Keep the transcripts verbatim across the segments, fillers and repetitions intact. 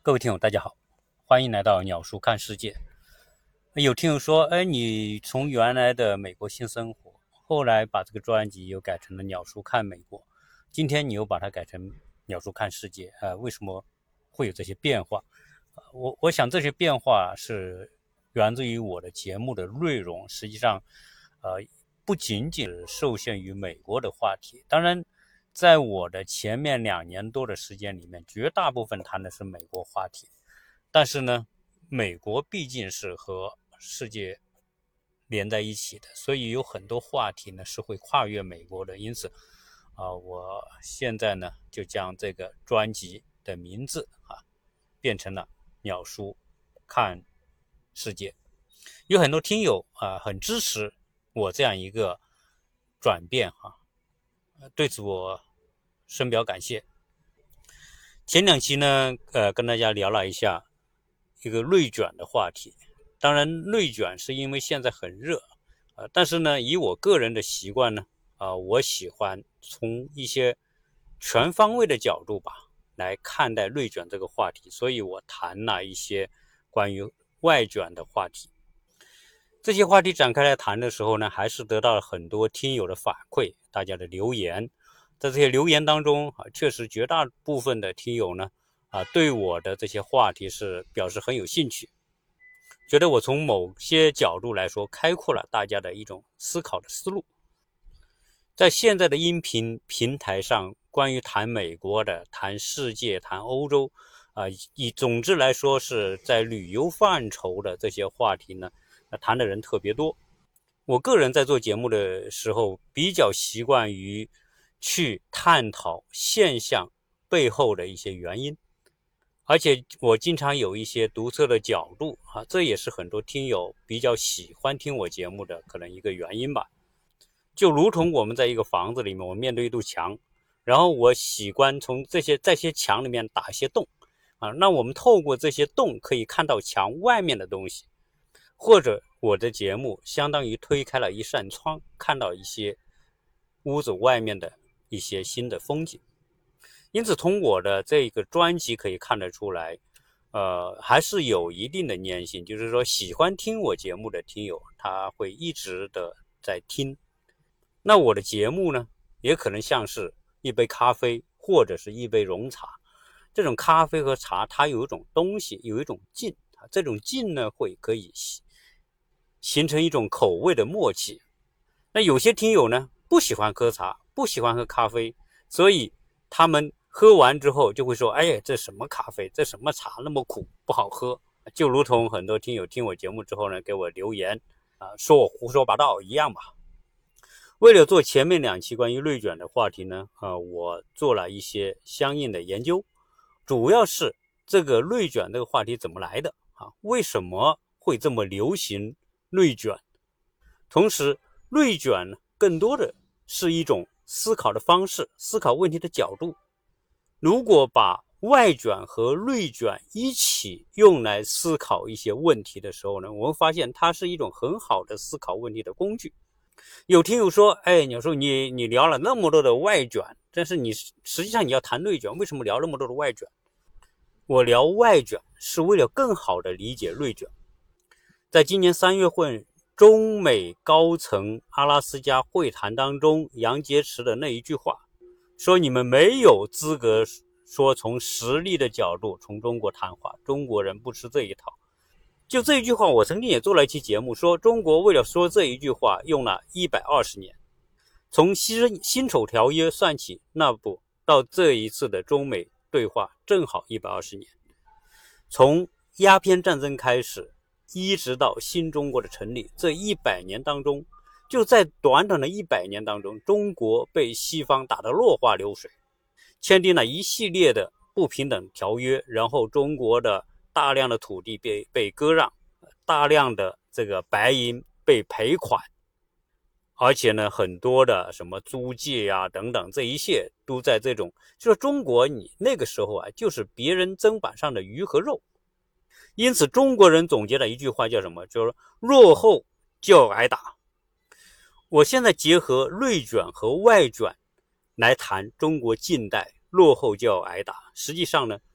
各位听友，大家好，欢迎来到鸟叔看世界。有听友说，哎，你从原来的美国新生活，后来把这个专辑又改成了鸟叔看美国，今天你又把它改成鸟叔看世界，呃，为什么会有这些变化？呃我我想这些变化是源自于我的节目的内容，实际上，呃，不仅仅受限于美国的话题，当然。在我的前面两年多的时间里面，绝大部分谈的是美国话题，但是呢，美国毕竟是和世界连在一起的，所以有很多话题呢是会跨越美国的。因此，啊、呃，我现在呢就将这个专辑的名字啊变成了鸟叔看世界。有很多听友啊、呃、很支持我这样一个转变哈、啊，对此我深表感谢。前两期呢，呃，跟大家聊了一下一个内卷的话题。当然，内卷是因为现在很热，呃，但是呢，以我个人的习惯呢，啊、呃，我喜欢从一些全方位的角度吧来看待内卷这个话题，所以我谈了一些关于外卷的话题。这些话题展开来谈的时候呢，还是得到了很多听友的反馈，大家的留言。在这些留言当中啊，确实绝大部分的听友呢，啊，对我的这些话题是表示很有兴趣，觉得我从某些角度来说，开阔了大家的一种思考的思路。在现在的音频平台上，关于谈美国的、谈世界、谈欧洲，啊，以总之来说是在旅游范畴的这些话题呢，谈的人特别多。我个人在做节目的时候，比较习惯于去探讨现象背后的一些原因，而且我经常有一些独特的角度啊，这也是很多听友比较喜欢听我节目的可能一个原因吧。就如同我们在一个房子里面，我面对一堵墙，然后我习惯从这些这些墙里面打一些洞啊，那我们透过这些洞可以看到墙外面的东西，或者我的节目相当于推开了一扇窗，看到一些屋子外面的一些新的风景。因此从我的这个专辑可以看得出来，呃，还是有一定的粘性，就是说喜欢听我节目的听友，他会一直的在听。那我的节目呢，也可能像是一杯咖啡或者是一杯浓茶，这种咖啡和茶它有一种东西，有一种劲，这种劲呢会可以形成一种口味的默契。那有些听友呢不喜欢喝茶，不喜欢喝咖啡，所以他们喝完之后就会说，哎呀，这什么咖啡，这什么茶那么苦，不好喝。就如同很多听友听我节目之后呢给我留言啊，说我胡说八道一样吧。为了做前面两期关于内卷的话题呢，呃，我做了一些相应的研究，主要是这个内卷这个话题怎么来的啊？为什么会这么流行内卷？同时，内卷呢，更多的是一种思考的方式，思考问题的角度。如果把外卷和内卷一起用来思考一些问题的时候呢，我们发现它是一种很好的思考问题的工具。有听友说，哎，你说你你聊了那么多的外卷，但是你实际上你要谈内卷，为什么聊那么多的外卷？我聊外卷是为了更好的理解内卷。在今年三月份中美高层阿拉斯加会谈当中，杨洁篪的那一句话，说你们没有资格说从实力的角度从中国谈话，中国人不吃这一套。就这一句话，我曾经也做了一期节目，说中国为了说这一句话用了一百二十年，从辛丑条约算起，那不到这一次的中美对话正好一百二十年。从鸦片战争开始一直到新中国的成立，这一百年当中，就在短短的一百年当中，中国被西方打得落花流水，签订了一系列的不平等条约，然后中国的大量的土地被被割让，大量的这个白银被赔款，而且呢，很多的什么租界啊等等，这一切都在这种，就是中国你那个时候啊，就是别人砧板上的鱼和肉。因此中国人总结了一句话叫什么，就是落后就要挨打。我现在结合内卷和外卷来谈中国近代落后就要挨打。实际上呢，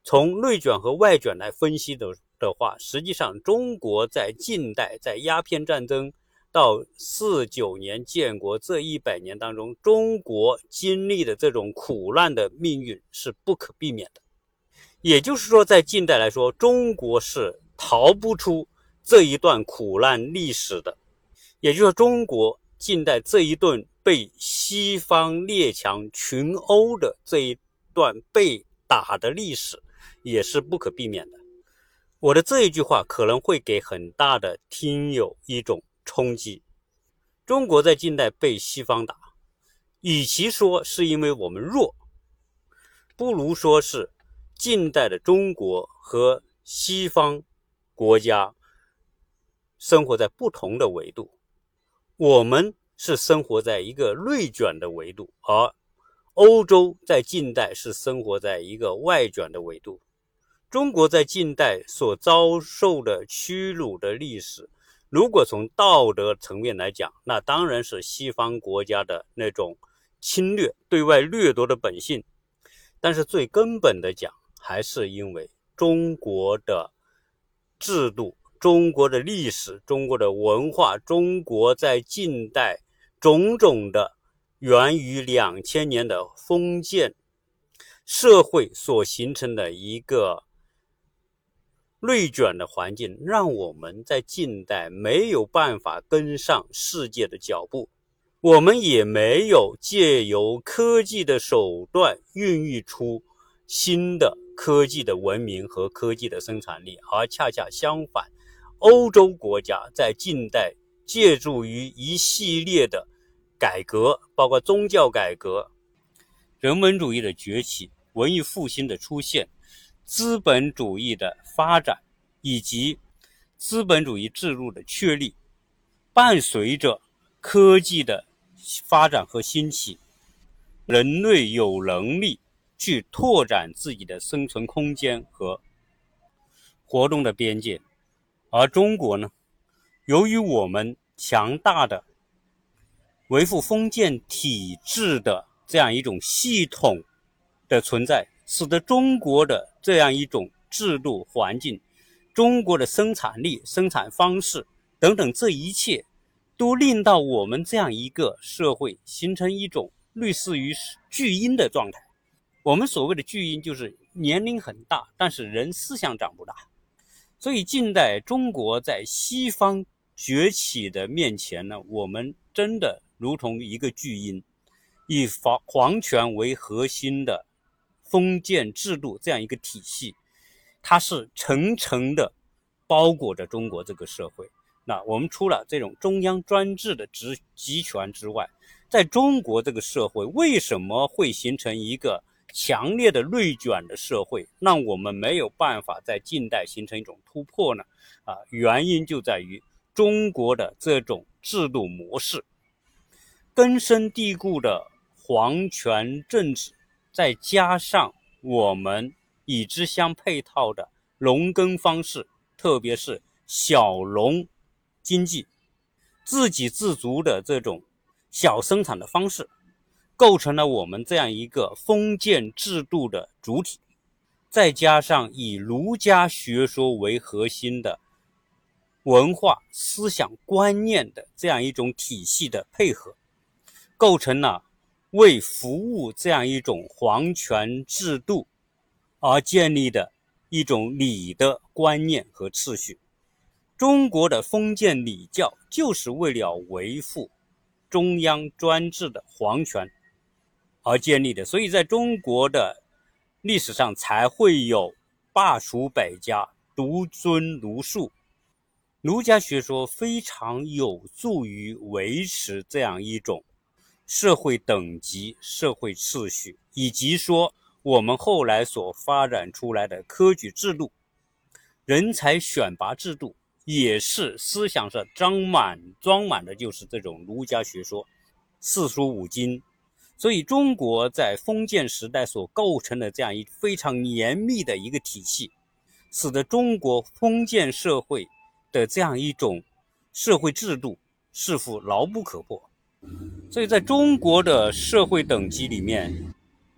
从内卷和外卷来分析的的话，实际上中国在近代，在鸦片战争到四九年建国这一百年当中，中国经历的这种苦难的命运是不可避免的。也就是说，在近代来说，中国是逃不出这一段苦难历史的。也就是说，中国近代这一段被西方列强群殴的这一段被打的历史也是不可避免的。我的这一句话可能会给很大的听友一种冲击。中国在近代被西方打，与其说是因为我们弱，不如说是近代的中国和西方国家生活在不同的维度。我们是生活在一个内卷的维度，而欧洲在近代是生活在一个外卷的维度。中国在近代所遭受的屈辱的历史，如果从道德层面来讲，那当然是西方国家的那种侵略、对外掠夺的本性。但是最根本的讲，还是因为中国的制度、中国的历史、中国的文化、中国在近代种种的源于两千年的封建社会所形成的一个内卷的环境，让我们在近代没有办法跟上世界的脚步，我们也没有借由科技的手段孕育出新的科技的文明和科技的生产力，而恰恰相反，欧洲国家在近代借助于一系列的改革，包括宗教改革、人文主义的崛起、文艺复兴的出现、资本主义的发展以及资本主义制度的确立，伴随着科技的发展和兴起，人类有能力去拓展自己的生存空间和活动的边界。而中国呢，由于我们强大的维护封建体制的这样一种系统的存在，使得中国的这样一种制度环境、中国的生产力、生产方式等等，这一切都令到我们这样一个社会形成一种类似于巨婴的状态。我们所谓的巨婴就是年龄很大，但是人思想长不大。所以近代中国在西方崛起的面前呢，我们真的如同一个巨婴，以皇权为核心的封建制度这样一个体系，它是层层的包裹着中国这个社会。那我们除了这种中央专制的职集权之外，在中国这个社会为什么会形成一个强烈的内卷的社会，让我们没有办法在近代形成一种突破呢？啊，原因就在于中国的这种制度模式，根深蒂固的皇权政治，再加上我们与之相配套的农耕方式，特别是小农经济，自给自足的这种小生产的方式，构成了我们这样一个封建制度的主体，再加上以儒家学说为核心的文化思想观念的这样一种体系的配合，构成了为服务这样一种皇权制度而建立的一种礼的观念和秩序。中国的封建礼教就是为了维护中央专制的皇权而建立的，所以在中国的历史上才会有罢黜百家，独尊儒术。儒家学说非常有助于维持这样一种社会等级、社会秩序，以及说我们后来所发展出来的科举制度、人才选拔制度，也是思想上装满装满的就是这种儒家学说，四书五经。所以中国在封建时代所构成的这样一非常严密的一个体系，使得中国封建社会的这样一种社会制度似乎牢不可破。所以在中国的社会等级里面，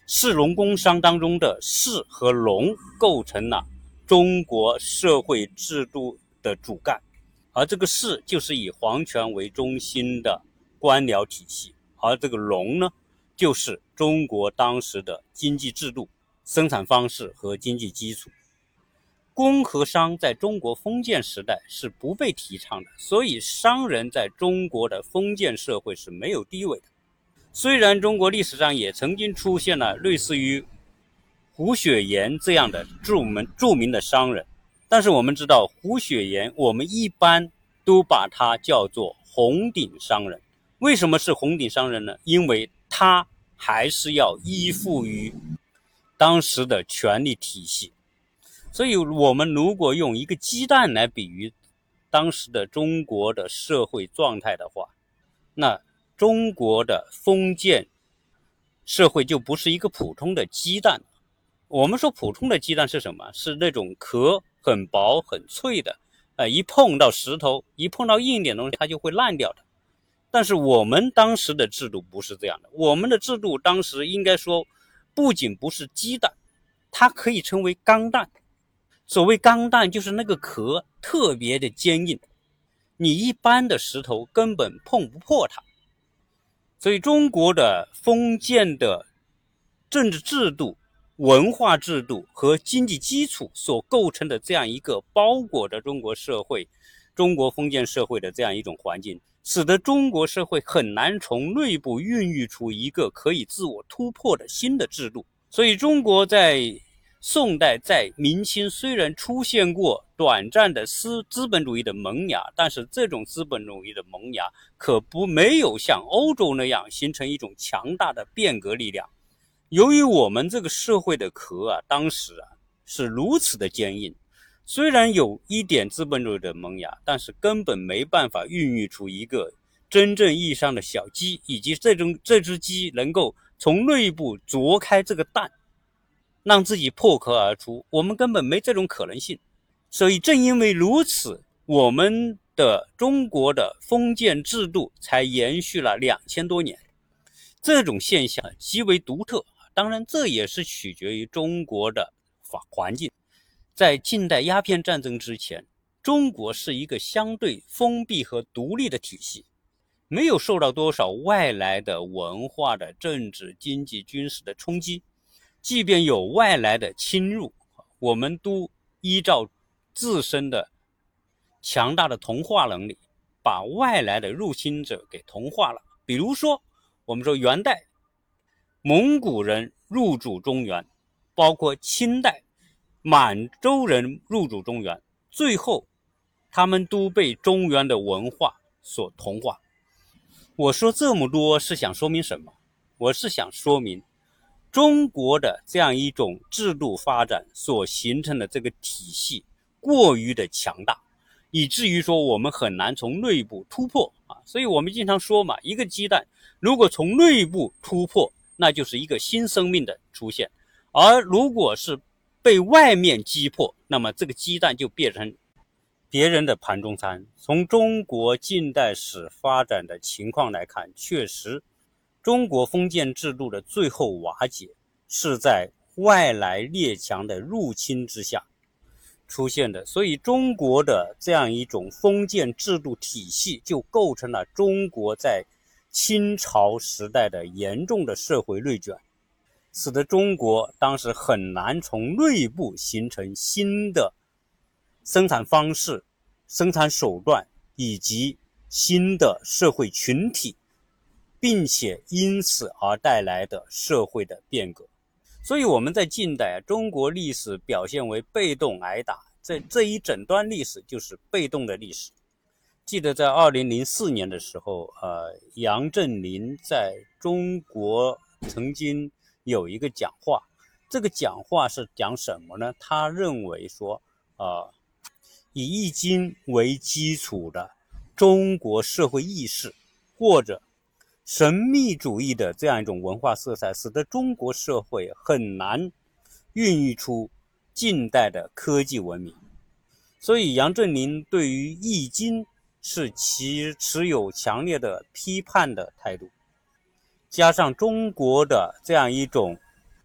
士农工商当中的士和农构成了中国社会制度的主干，而这个士就是以皇权为中心的官僚体系，而这个农呢，就是中国当时的经济制度、生产方式和经济基础。工和商在中国封建时代是不被提倡的，所以商人在中国的封建社会是没有地位的。虽然中国历史上也曾经出现了类似于胡雪岩这样的著名著名的商人，但是我们知道胡雪岩我们一般都把他叫做红顶商人。为什么是红顶商人呢？因为他还是要依附于当时的权力体系。所以我们如果用一个鸡蛋来比喻当时的中国的社会状态的话，那中国的封建社会就不是一个普通的鸡蛋。我们说普通的鸡蛋是什么？是那种壳很薄很脆的，呃，一碰到石头，一碰到硬点的东西，它就会烂掉的。但是我们当时的制度不是这样的，我们的制度当时应该说不仅不是鸡蛋，它可以称为钢蛋。所谓钢蛋就是那个壳特别的坚硬，你一般的石头根本碰不破它。所以中国的封建的政治制度、文化制度和经济基础所构成的这样一个包裹着中国社会、中国封建社会的这样一种环境，使得中国社会很难从内部孕育出一个可以自我突破的新的制度。所以中国在宋代在明清虽然出现过短暂的资资本主义的萌芽，但是这种资本主义的萌芽可不没有像欧洲那样形成一种强大的变革力量。由于我们这个社会的壳啊，当时啊是如此的坚硬，虽然有一点资本主义的萌芽，但是根本没办法孕育出一个真正意义上的小鸡，以及这种这只鸡能够从内部啄开这个蛋，让自己破壳而出，我们根本没这种可能性。所以正因为如此，我们的中国的封建制度才延续了两千多年。这种现象极为独特，当然这也是取决于中国的法环境。在近代鸦片战争之前，中国是一个相对封闭和独立的体系，没有受到多少外来的文化的、政治、经济、军事的冲击。即便有外来的侵入，我们都依照自身的强大的同化能力，把外来的入侵者给同化了。比如说我们说元代蒙古人入主中原，包括清代满洲人入主中原，最后他们都被中原的文化所同化。我说这么多是想说明什么？我是想说明中国的这样一种制度发展所形成的这个体系过于的强大，以至于说我们很难从内部突破啊。所以我们经常说嘛，一个鸡蛋如果从内部突破，那就是一个新生命的出现，而如果是被外面击破，那么这个鸡蛋就变成别人的盘中餐。从中国近代史发展的情况来看，确实中国封建制度的最后瓦解是在外来列强的入侵之下出现的，所以中国的这样一种封建制度体系就构成了中国在清朝时代的严重的社会内卷，使得中国当时很难从内部形成新的生产方式、生产手段以及新的社会群体，并且因此而带来的社会的变革。所以我们在近代中国历史表现为被动挨打，这这一整段历史就是被动的历史。记得在二零零四年的时候，呃，杨振宁在中国曾经有一个讲话，这个讲话是讲什么呢？他认为说，呃，以易经为基础的中国社会意识或者神秘主义的这样一种文化色彩，使得中国社会很难孕育出近代的科技文明。所以杨振宁对于易经是其持有强烈的批判的态度，加上中国的这样一种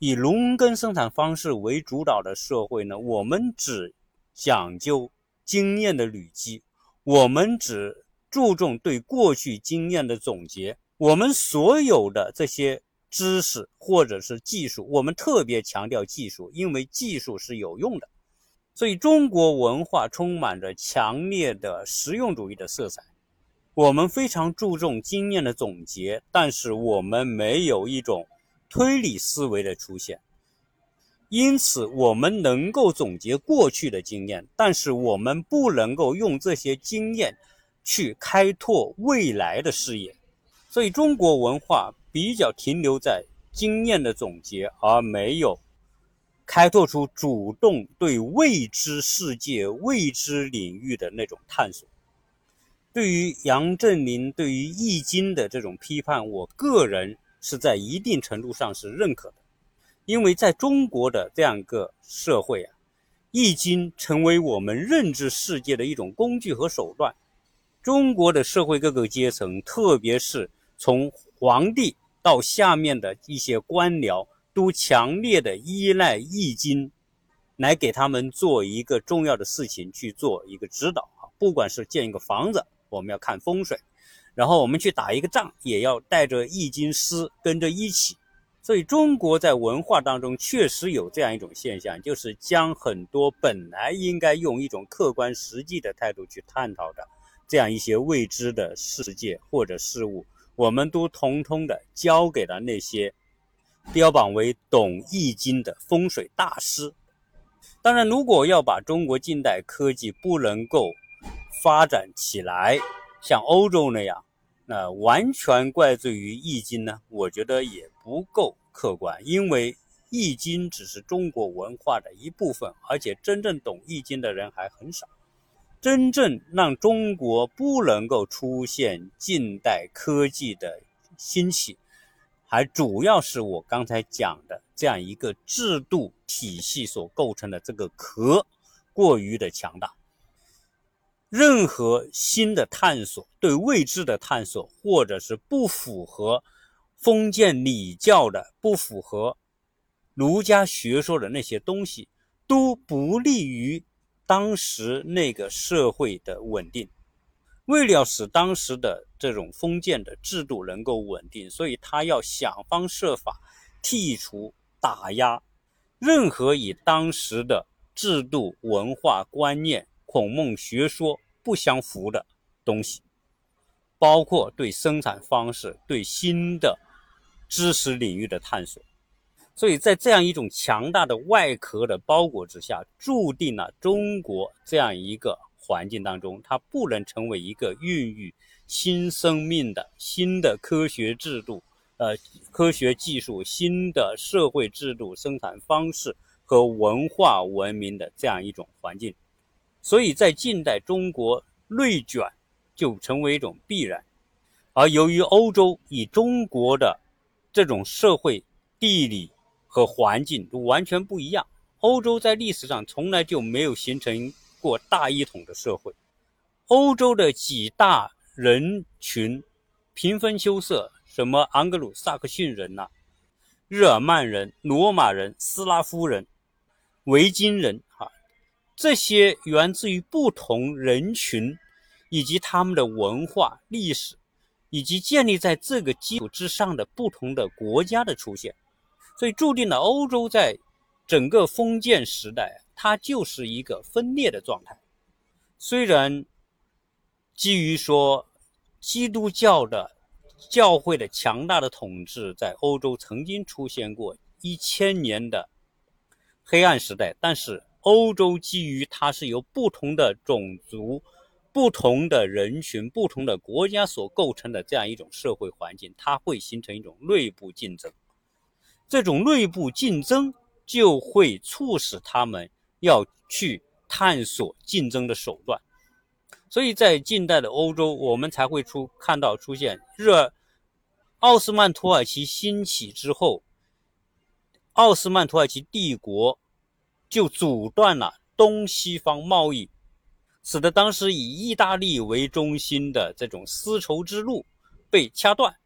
以农耕生产方式为主导的社会呢，我们只讲究经验的累积，我们只注重对过去经验的总结，我们所有的这些知识或者是技术，我们特别强调技术，因为技术是有用的。所以中国文化充满着强烈的实用主义的色彩，我们非常注重经验的总结，但是我们没有一种推理思维的出现。因此我们能够总结过去的经验，但是我们不能够用这些经验去开拓未来的视野。所以中国文化比较停留在经验的总结，而没有开拓出主动对未知世界、未知领域的那种探索。对于杨振宁对于易经的这种批判，我个人是在一定程度上是认可的。因为在中国的这样一个社会啊，易经成为我们认知世界的一种工具和手段。中国的社会各个阶层，特别是从皇帝到下面的一些官僚，都强烈的依赖易经来给他们做一个重要的事情，去做一个指导。不管是建一个房子，我们要看风水，然后我们去打一个仗，也要带着易经师跟着一起。所以中国在文化当中确实有这样一种现象，就是将很多本来应该用一种客观实际的态度去探讨的这样一些未知的世界或者事物，我们都统统的交给了那些标榜为懂易经的风水大师。当然，如果要把中国近代科技不能够发展起来像欧洲那样，那完全怪罪于易经呢，我觉得也不够客观。因为易经只是中国文化的一部分，而且真正懂易经的人还很少。真正让中国不能够出现近代科技的兴起，还主要是我刚才讲的这样一个制度体系所构成的这个壳过于的强大。任何新的探索，对未知的探索，或者是不符合封建礼教的，不符合儒家学说的那些东西，都不利于当时那个社会的稳定。为了使当时的这种封建的制度能够稳定，所以他要想方设法剔除打压任何以当时的制度文化观念孔孟学说不相符的东西，包括对生产方式、对新的知识领域的探索。所以在这样一种强大的外壳的包裹之下，注定了中国这样一个环境当中，它不能成为一个孕育新生命的新的科学制度、呃科学技术、新的社会制度、生产方式和文化文明的这样一种环境。所以在近代中国内卷就成为一种必然。而由于欧洲以中国的这种社会地理和环境都完全不一样，欧洲在历史上从来就没有形成过大一统的社会。欧洲的几大人群平分秋色，什么盎格鲁撒克逊人啊、日耳曼人、罗马人、斯拉夫人、维京人啊，这些源自于不同人群以及他们的文化历史，以及建立在这个基础之上的不同的国家的出现。所以注定了欧洲在整个封建时代，它就是一个分裂的状态。虽然基于说基督教的教会的强大的统治在欧洲曾经出现过一千年的黑暗时代，但是欧洲基于它是由不同的种族、不同的人群、不同的国家所构成的这样一种社会环境，它会形成一种内部竞争。这种内部竞争就会促使他们要去探索竞争的手段。所以在近代的欧洲，我们才会出看到出现日奥斯曼土耳其兴起之后，奥斯曼土耳其帝国就阻断了东西方贸易，使得当时以意大利为中心的这种丝绸之路被掐断。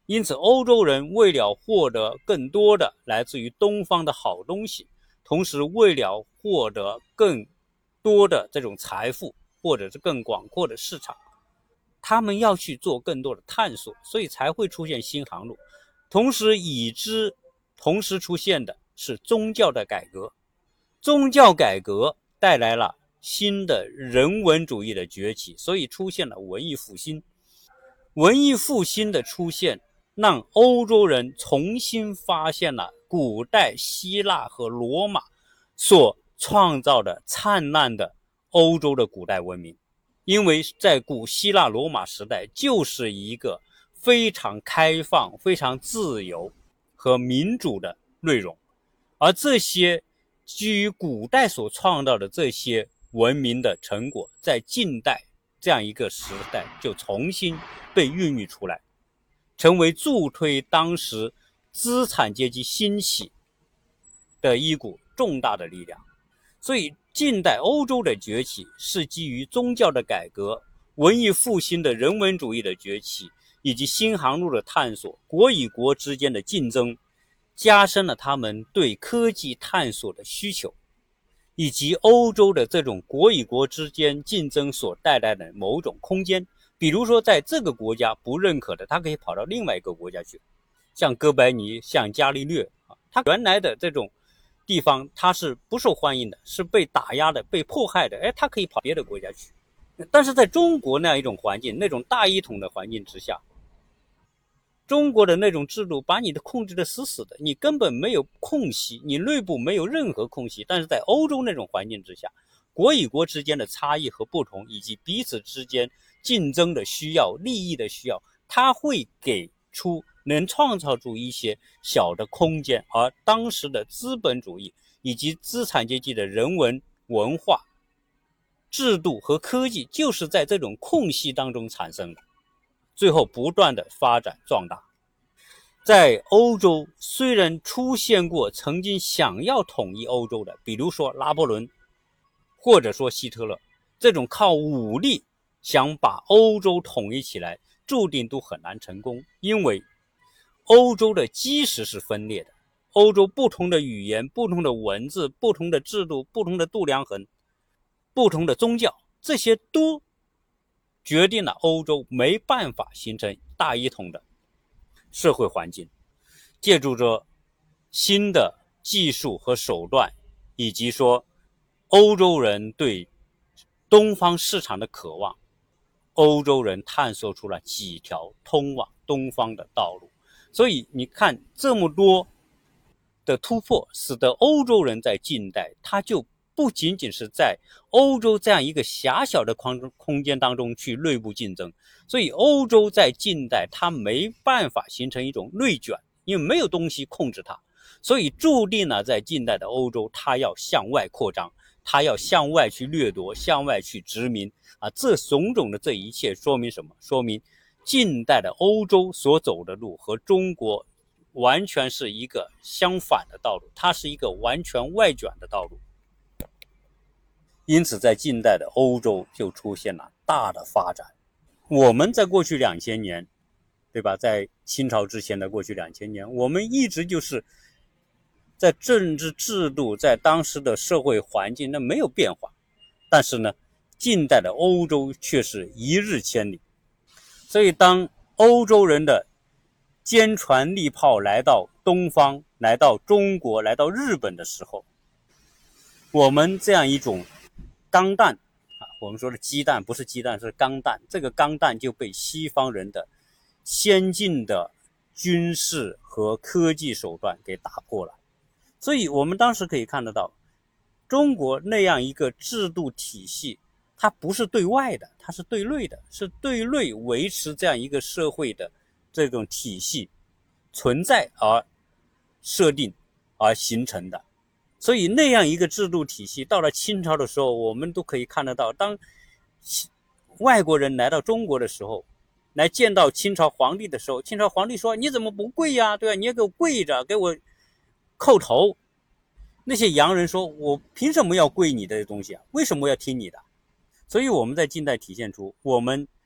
因此欧洲人为了获得更多的来自于东方的好东西，同时为了获得更多的这种财富或者是更广阔的市场，他们要去做更多的探索，所以才会出现新航路。同时已知同时出现的是宗教的改革，宗教改革带来了新的人文主义的崛起，所以出现了文艺复兴。文艺复兴的出现让欧洲人重新发现了古代希腊和罗马所创造的灿烂的欧洲的古代文明。因为在古希腊罗马时代就是一个非常开放非常自由和民主的内容，而这些基于古代所创造的这些文明的成果，在近代这样一个时代就重新被孕育出来，成为助推当时资产阶级兴起的一股重大的力量。所以近代欧洲的崛起是基于宗教的改革、文艺复兴的人文主义的崛起，以及新航路的探索，国与国之间的竞争加深了他们对科技探索的需求，以及欧洲的这种国与国之间竞争所带来的某种空间。比如说在这个国家不认可的，他可以跑到另外一个国家去，像哥白尼、像伽利略，他原来的这种地方他是不受欢迎的，是被打压的，被迫害的，哎，他可以跑别的国家去。但是在中国那样一种环境，那种大一统的环境之下，中国的那种制度把你的控制的死死的，你根本没有空隙，你内部没有任何空隙。但是在欧洲那种环境之下，国与国之间的差异和不同，以及彼此之间竞争的需要、利益的需要，它会给出能创造出一些小的空间。而当时的资本主义以及资产阶级的人文文化制度和科技就是在这种空隙当中产生的，最后不断的发展壮大。在欧洲虽然出现过曾经想要统一欧洲的，比如说拿破仑或者说希特勒，这种靠武力想把欧洲统一起来，注定都很难成功。因为欧洲的基石是分裂的，欧洲不同的语言、不同的文字、不同的制度、不同的度量衡、不同的宗教，这些都决定了欧洲没办法形成大一统的社会环境。借助着新的技术和手段，以及说欧洲人对东方市场的渴望，欧洲人探索出了几条通往东方的道路。所以你看这么多的突破，使得欧洲人在近代他就不仅仅是在欧洲这样一个狭小的空间当中去内部竞争，所以欧洲在近代它没办法形成一种内卷，因为没有东西控制它，所以注定了在近代的欧洲它要向外扩张，它要向外去掠夺，向外去殖民啊！这种种的这一切说明什么？说明近代的欧洲所走的路和中国完全是一个相反的道路，它是一个完全外卷的道路。因此在近代的欧洲就出现了大的发展。我们在过去两千年，对吧，在清朝之前的过去两千年，我们一直就是在政治制度，在当时的社会环境那没有变化，但是呢近代的欧洲却是一日千里。所以当欧洲人的坚船利炮来到东方，来到中国，来到日本的时候，我们这样一种钢弹啊，我们说的鸡蛋不是鸡蛋，是钢弹，这个钢弹就被西方人的先进的军事和科技手段给打破了。所以我们当时可以看得到，中国那样一个制度体系，它不是对外的，它是对内的，是对内维持这样一个社会的这种体系存在而设定而形成的。所以那样一个制度体系到了清朝的时候，我们都可以看得到，当外国人来到中国的时候，来见到清朝皇帝的时候，清朝皇帝说你怎么不跪呀？对吧？你要给我跪着，给我叩头。那些洋人说我凭什么要跪你的东西啊？为什么要听你的？所以我们在近代体现出我们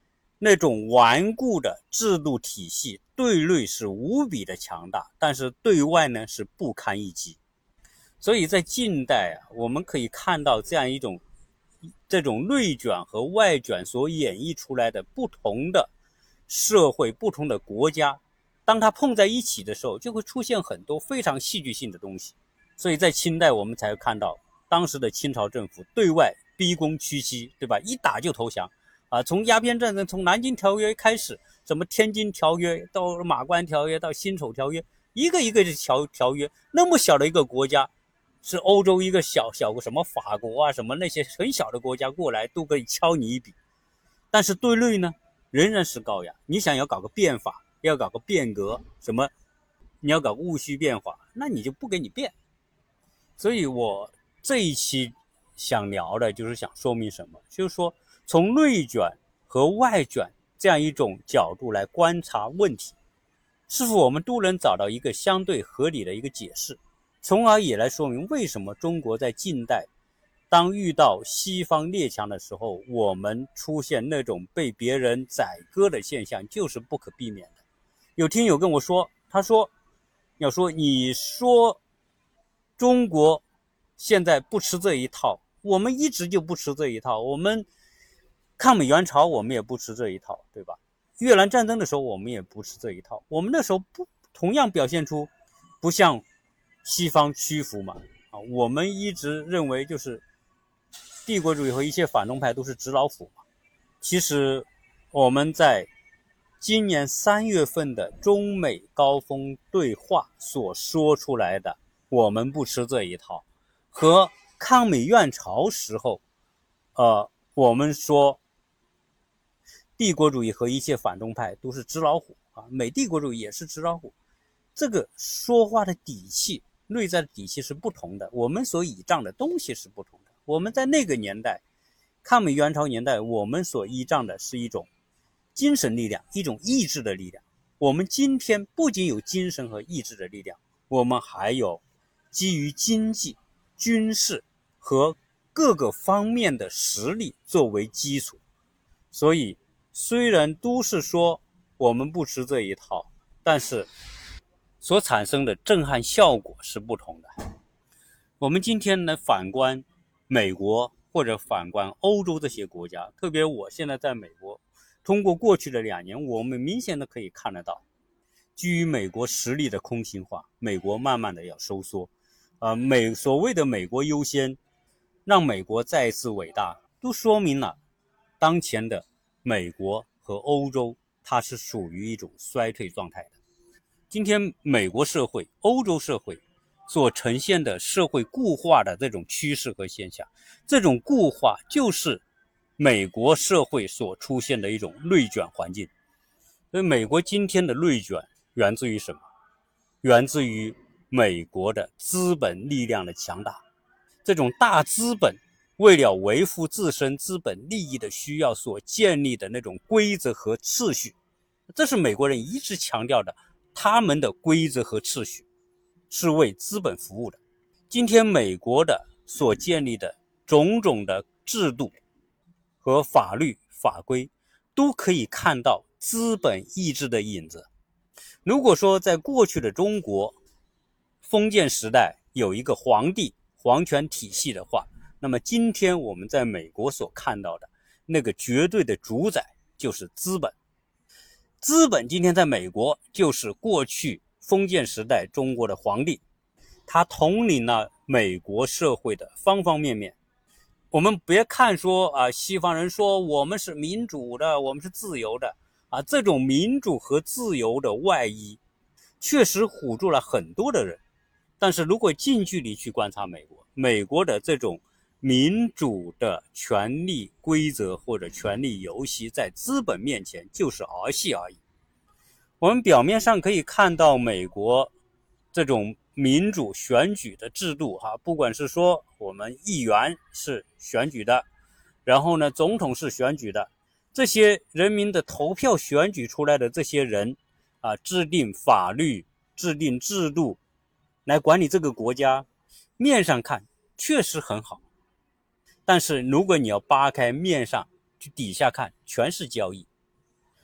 那种顽固的制度体系，对内是无比的强大，但是对外呢是不堪一击。所以在近代啊，我们可以看到这样一种这种内卷和外卷所演绎出来的不同的社会、不同的国家，当它碰在一起的时候，就会出现很多非常戏剧性的东西。所以在清代我们才会看到当时的清朝政府对外逼宫屈膝，对吧？一打就投降啊！从鸦片战争，从南京条约开始，什么天津条约到马关条约到辛丑条约，一个一个的条条约，那么小的一个国家，是欧洲一个小小个什么法国啊，什么那些很小的国家过来都可以敲你一笔。但是对内呢，仍然是高压。你想要搞个变法，要搞个变革，什么你要搞戊戌变法，那你就不给你变。所以我这一期想聊的就是想说明什么，就是说从内卷和外卷这样一种角度来观察问题，是否我们都能找到一个相对合理的一个解释，从而也来说明为什么中国在近代当遇到西方列强的时候，我们出现那种被别人宰割的现象就是不可避免的。有听友跟我说，他说要说你说中国现在不吃这一套，我们一直就不吃这一套，我们抗美援朝我们也不吃这一套，对吧？越南战争的时候我们也不吃这一套，我们那时候不同样表现出不向西方屈服嘛？啊，我们一直认为就是帝国主义和一些反动派都是纸老虎嘛。其实我们在今年三月份的中美高峰对话所说出来的我们不吃这一套，和抗美援朝时候呃，我们说帝国主义和一些反动派都是纸老虎啊，美帝国主义也是纸老虎，这个说话的底气，内在的底气是不同的，我们所倚仗的东西是不同的。我们在那个年代，抗美援朝年代，我们所依仗的是一种精神力量，一种意志的力量。我们今天不仅有精神和意志的力量，我们还有基于经济、军事和各个方面的实力作为基础。所以虽然都是说我们不吃这一套，但是所产生的震撼效果是不同的。我们今天呢，反观美国或者反观欧洲这些国家，特别我现在在美国，通过过去的两年，我们明显的可以看得到，基于美国实力的空心化，美国慢慢的要收缩，呃，美所谓的美国优先，让美国再次伟大，都说明了当前的美国和欧洲，它是属于一种衰退状态的。今天美国社会、欧洲社会所呈现的社会固化的这种趋势和现象，这种固化就是美国社会所出现的一种内卷环境。所以美国今天的内卷源自于什么？源自于美国的资本力量的强大。这种大资本为了维护自身资本利益的需要所建立的那种规则和秩序，这是美国人一直强调的，他们的规则和秩序是为资本服务的。今天美国的所建立的种种的制度和法律法规都可以看到资本意志的影子。如果说在过去的中国封建时代有一个皇帝皇权体系的话，那么今天我们在美国所看到的那个绝对的主宰就是资本。资本今天在美国就是过去封建时代中国的皇帝，他统领了美国社会的方方面面。我们别看说啊，西方人说我们是民主的，我们是自由的啊，这种民主和自由的外衣确实唬住了很多的人。但是如果近距离去观察美国，美国的这种民主的权力规则或者权力游戏在资本面前就是儿戏而已。我们表面上可以看到美国这种民主选举的制度哈，不管是说我们议员是选举的，然后呢总统是选举的，这些人民的投票选举出来的这些人啊，制定法律制定制度来管理这个国家，面上看确实很好，但是如果你要扒开面上去底下看，全是交易。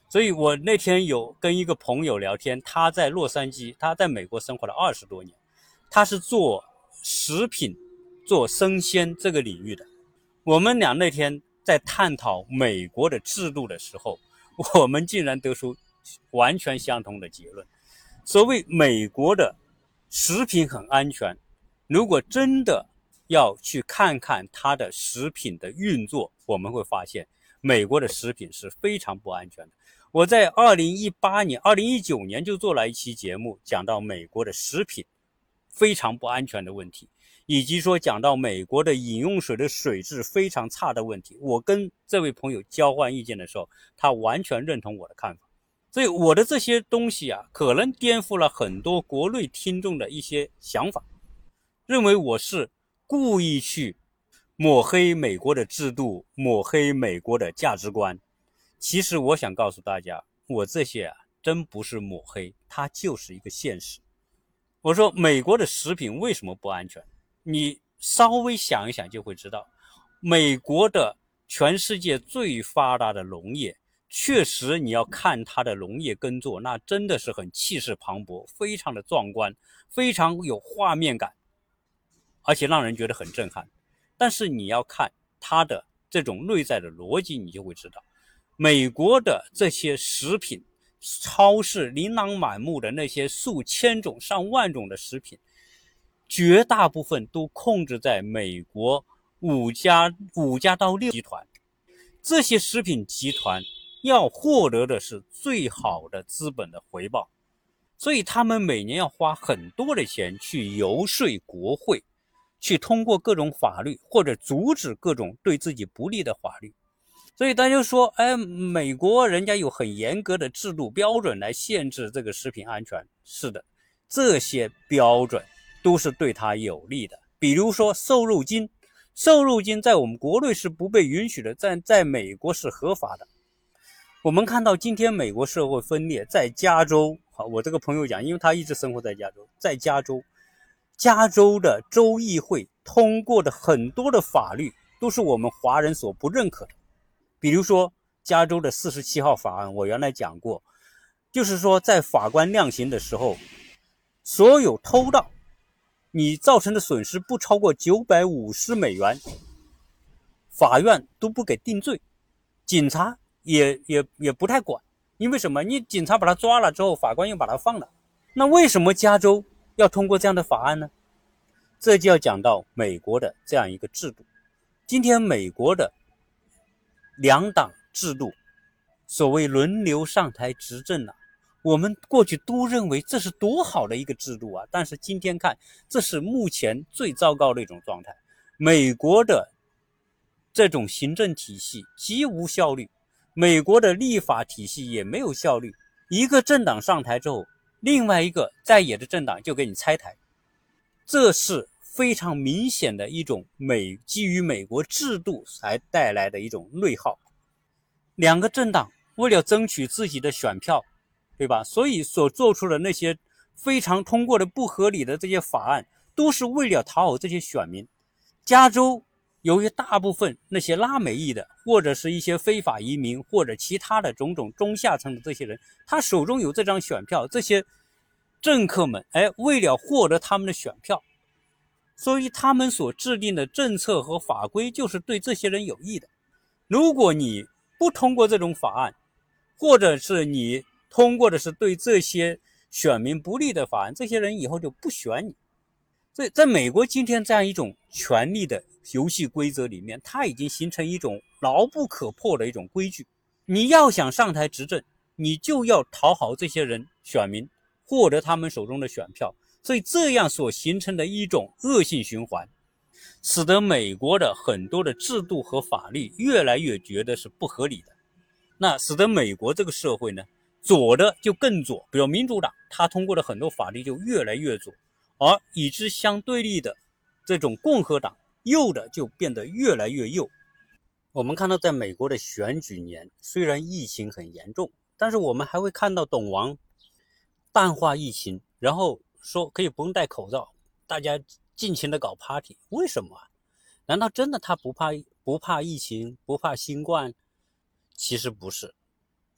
所以我那天有跟一个朋友聊天，他在洛杉矶，他在美国生活了二十多年，他是做食品、做生鲜这个领域的。我们俩那天在探讨美国的制度的时候，我们竟然得出完全相同的结论。所谓美国的食品很安全，如果真的要去看看它的食品的运作，我们会发现美国的食品是非常不安全的。我在二零一八年、二零一九年就做了一期节目，讲到美国的食品非常不安全的问题，以及说讲到美国的饮用水的水质非常差的问题。我跟这位朋友交换意见的时候，他完全认同我的看法。所以我的这些东西啊，可能颠覆了很多国内听众的一些想法，认为我是故意去抹黑美国的制度，抹黑美国的价值观。其实我想告诉大家，我这些啊真不是抹黑，它就是一个现实。我说美国的食品为什么不安全？你稍微想一想就会知道，美国的全世界最发达的农业，确实你要看它的农业耕作，那真的是很气势磅礴，非常的壮观，非常有画面感，而且让人觉得很震撼。但是你要看它的这种内在的逻辑，你就会知道美国的这些食品，超市琳琅满目的那些数千种上万种的食品，绝大部分都控制在美国五家五家到六集团。这些食品集团要获得的是最好的资本的回报，所以他们每年要花很多的钱去游说国会，去通过各种法律或者阻止各种对自己不利的法律。所以大家说，哎，美国人家有很严格的制度标准来限制这个食品安全。是的，这些标准都是对他有利的。比如说瘦肉精，瘦肉精在我们国内是不被允许的，在在美国是合法的。我们看到今天美国社会分裂，在加州，好，我这个朋友讲，因为他一直生活在加州，在加州，加州的州议会通过的很多的法律都是我们华人所不认可的。比如说加州的四十七号法案，我原来讲过，就是说在法官量刑的时候，所有偷盗你造成的损失不超过九百五十美元，法院都不给定罪，警察也也也不太管。因为什么？你警察把他抓了之后，法官又把他放了。那为什么加州要通过这样的法案呢？这就要讲到美国的这样一个制度。今天美国的两党制度，所谓轮流上台执政啊，我们过去都认为这是多好的一个制度啊，但是今天看，这是目前最糟糕的一种状态。美国的这种行政体系极无效率，美国的立法体系也没有效率。一个政党上台之后，另外一个在野的政党就给你拆台，这是非常明显的一种美基于美国制度才带来的一种内耗。两个政党为了争取自己的选票，对吧？所以所做出的那些非常通过的不合理的这些法案，都是为了讨好这些选民。加州由于大部分那些拉美裔的，或者是一些非法移民，或者其他的种种中下层的这些人，他手中有这张选票，这些政客们，哎，为了获得他们的选票，所以他们所制定的政策和法规就是对这些人有益的。如果你不通过这种法案，或者是你通过的是对这些选民不利的法案，这些人以后就不选你。所以在美国今天这样一种权力的游戏规则里面，它已经形成一种牢不可破的一种规矩。你要想上台执政，你就要讨好这些人选民，获得他们手中的选票。所以这样所形成的一种恶性循环，使得美国的很多的制度和法律越来越觉得是不合理的。那使得美国这个社会呢，左的就更左，比如民主党，他通过的很多法律就越来越左，而与之相对立的这种共和党，右的就变得越来越右。我们看到在美国的选举年，虽然疫情很严重，但是我们还会看到董王淡化疫情，然后说可以不用戴口罩，大家尽情的搞 party。 为什么啊？难道真的他不怕不怕疫情，不怕新冠？其实不是，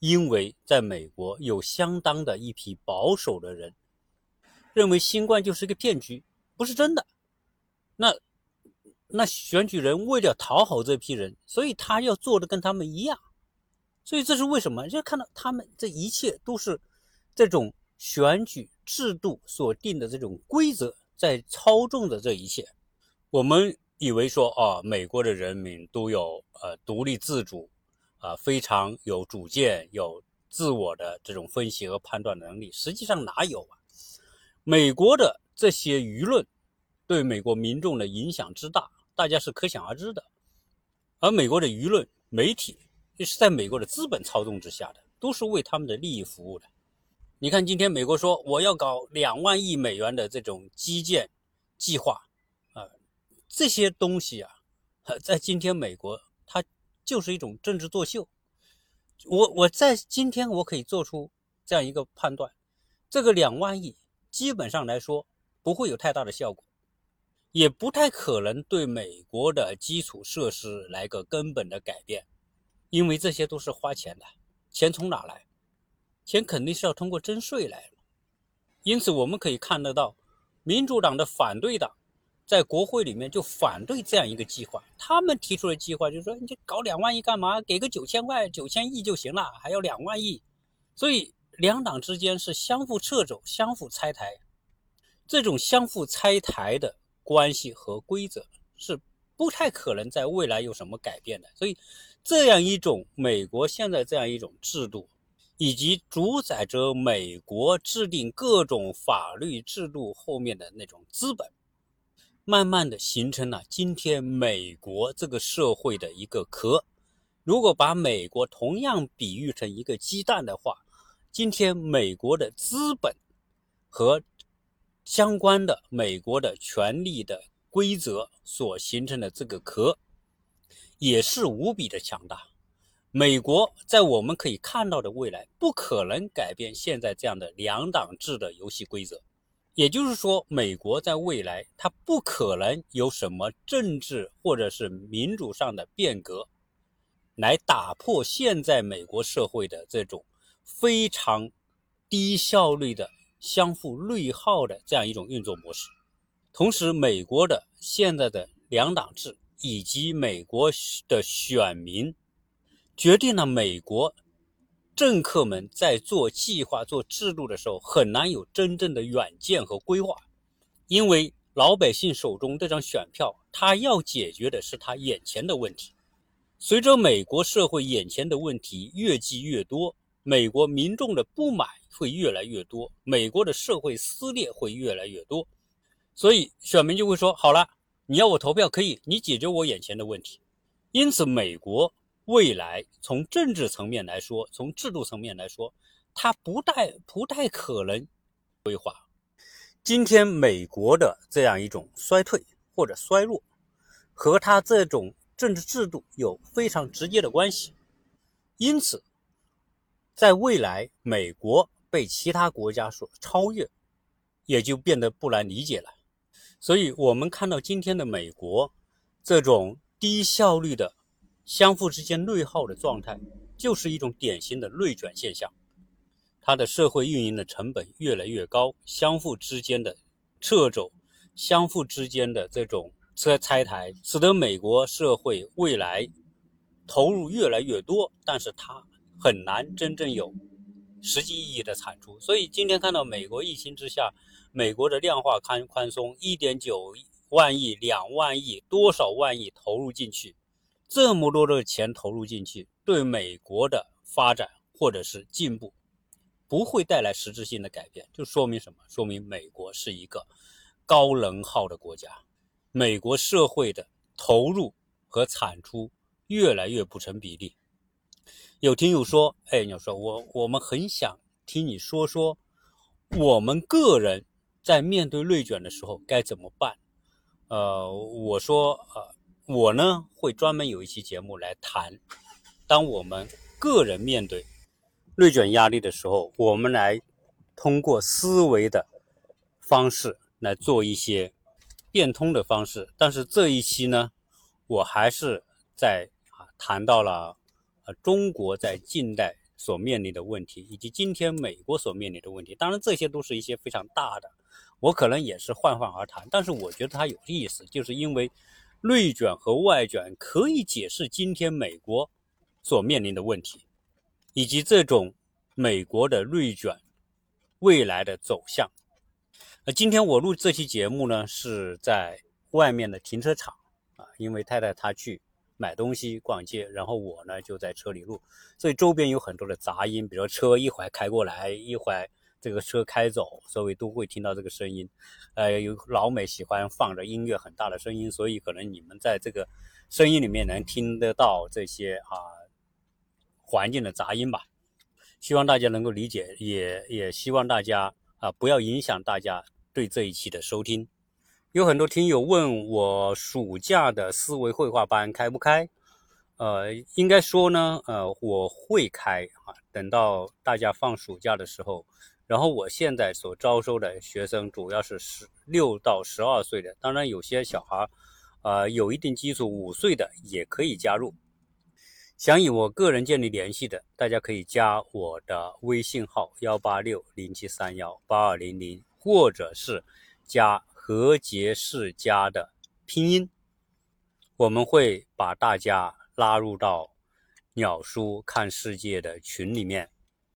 因为在美国有相当的一批保守的人认为新冠就是个骗局，不是真的。那那选举人为了讨好这批人，所以他要做的跟他们一样。所以这是为什么？就看到他们这一切都是这种选举制度所定的这种规则在操纵着这一切。我们以为说啊，美国的人民都有呃独立自主啊，非常有主见，有自我的这种分析和判断能力。实际上哪有啊？美国的这些舆论对美国民众的影响之大，大家是可想而知的。而美国的舆论媒体是在美国的资本操纵之下的，都是为他们的利益服务的。你看今天美国说我要搞两万亿美元的这种基建计划啊，这些东西啊，在今天美国它就是一种政治作秀。我我在今天我可以做出这样一个判断，这个两万亿基本上来说不会有太大的效果，也不太可能对美国的基础设施来个根本的改变，因为这些都是花钱的，钱从哪来？钱肯定是要通过征税来的。因此我们可以看得到，民主党的反对党在国会里面就反对这样一个计划。他们提出的计划就是说，你搞两万亿干嘛？给个九千块、九千亿就行了，还要两万亿。所以两党之间是相互掣肘、相互拆台。这种相互拆台的关系和规则是不太可能在未来有什么改变的。所以这样一种美国现在这样一种制度，以及主宰着美国制定各种法律制度后面的那种资本，慢慢的形成了今天美国这个社会的一个壳。如果把美国同样比喻成一个鸡蛋的话，今天美国的资本和相关的美国的权力的规则所形成的这个壳也是无比的强大。美国在我们可以看到的未来不可能改变现在这样的两党制的游戏规则，也就是说美国在未来它不可能有什么政治或者是民主上的变革来打破现在美国社会的这种非常低效率的相互内耗的这样一种运作模式。同时美国的现在的两党制以及美国的选民决定了美国政客们在做计划做制度的时候很难有真正的远见和规划，因为老百姓手中这张选票他要解决的是他眼前的问题。随着美国社会眼前的问题越积越多，美国民众的不满会越来越多，美国的社会撕裂会越来越多，所以选民就会说，好了，你要我投票可以，你解决我眼前的问题。因此美国未来从政治层面来说，从制度层面来说，它不太不太可能规划。今天美国的这样一种衰退或者衰落和它这种政治制度有非常直接的关系。因此在未来美国被其他国家所超越也就变得不难理解了。所以我们看到今天的美国这种低效率的相互之间内耗的状态，就是一种典型的内卷现象。它的社会运营的成本越来越高，相互之间的掣肘，相互之间的这种拆台，使得美国社会未来投入越来越多，但是它很难真正有实际意义的产出。所以今天看到美国疫情之下，美国的量化宽宽松 一点九万亿、两万亿、多少万亿投入进去，这么多的钱投入进去，对美国的发展或者是进步不会带来实质性的改变。就说明什么？说明美国是一个高能耗的国家，美国社会的投入和产出越来越不成比例。有听友说，哎，你说我我们很想听你说说我们个人在面对内卷的时候该怎么办。呃，我说呃，我呢会专门有一期节目来谈，当我们个人面对内卷压力的时候，我们来通过思维的方式来做一些变通的方式。但是这一期呢，我还是在啊谈到了呃中国在近代所面临的问题，以及今天美国所面临的问题。当然这些都是一些非常大的，我可能也是泛泛而谈，但是我觉得它有意思，就是因为内卷和外卷可以解释今天美国所面临的问题，以及这种美国的内卷未来的走向。呃，今天我录这期节目呢，是在外面的停车场啊，因为太太她去买东西逛街，然后我呢就在车里录，所以周边有很多的杂音，比如车一会儿开过来，一会儿这个车开走，所以都会听到这个声音。呃，有老美喜欢放着音乐很大的声音，所以可能你们在这个声音里面能听得到这些啊环境的杂音吧。希望大家能够理解，也也希望大家啊不要影响大家对这一期的收听。有很多听友问我暑假的思维绘画班开不开？呃，应该说呢，呃，我会开啊，等到大家放暑假的时候。然后我现在所招收的学生主要是十六到十二岁的，当然有些小孩，呃，有一定基础，五岁的也可以加入。想与我个人建立联系的，大家可以加我的微信号幺八六零七三幺八二零零，或者是加何杰世家的拼音，我们会把大家拉入到鸟叔看世界的群里面。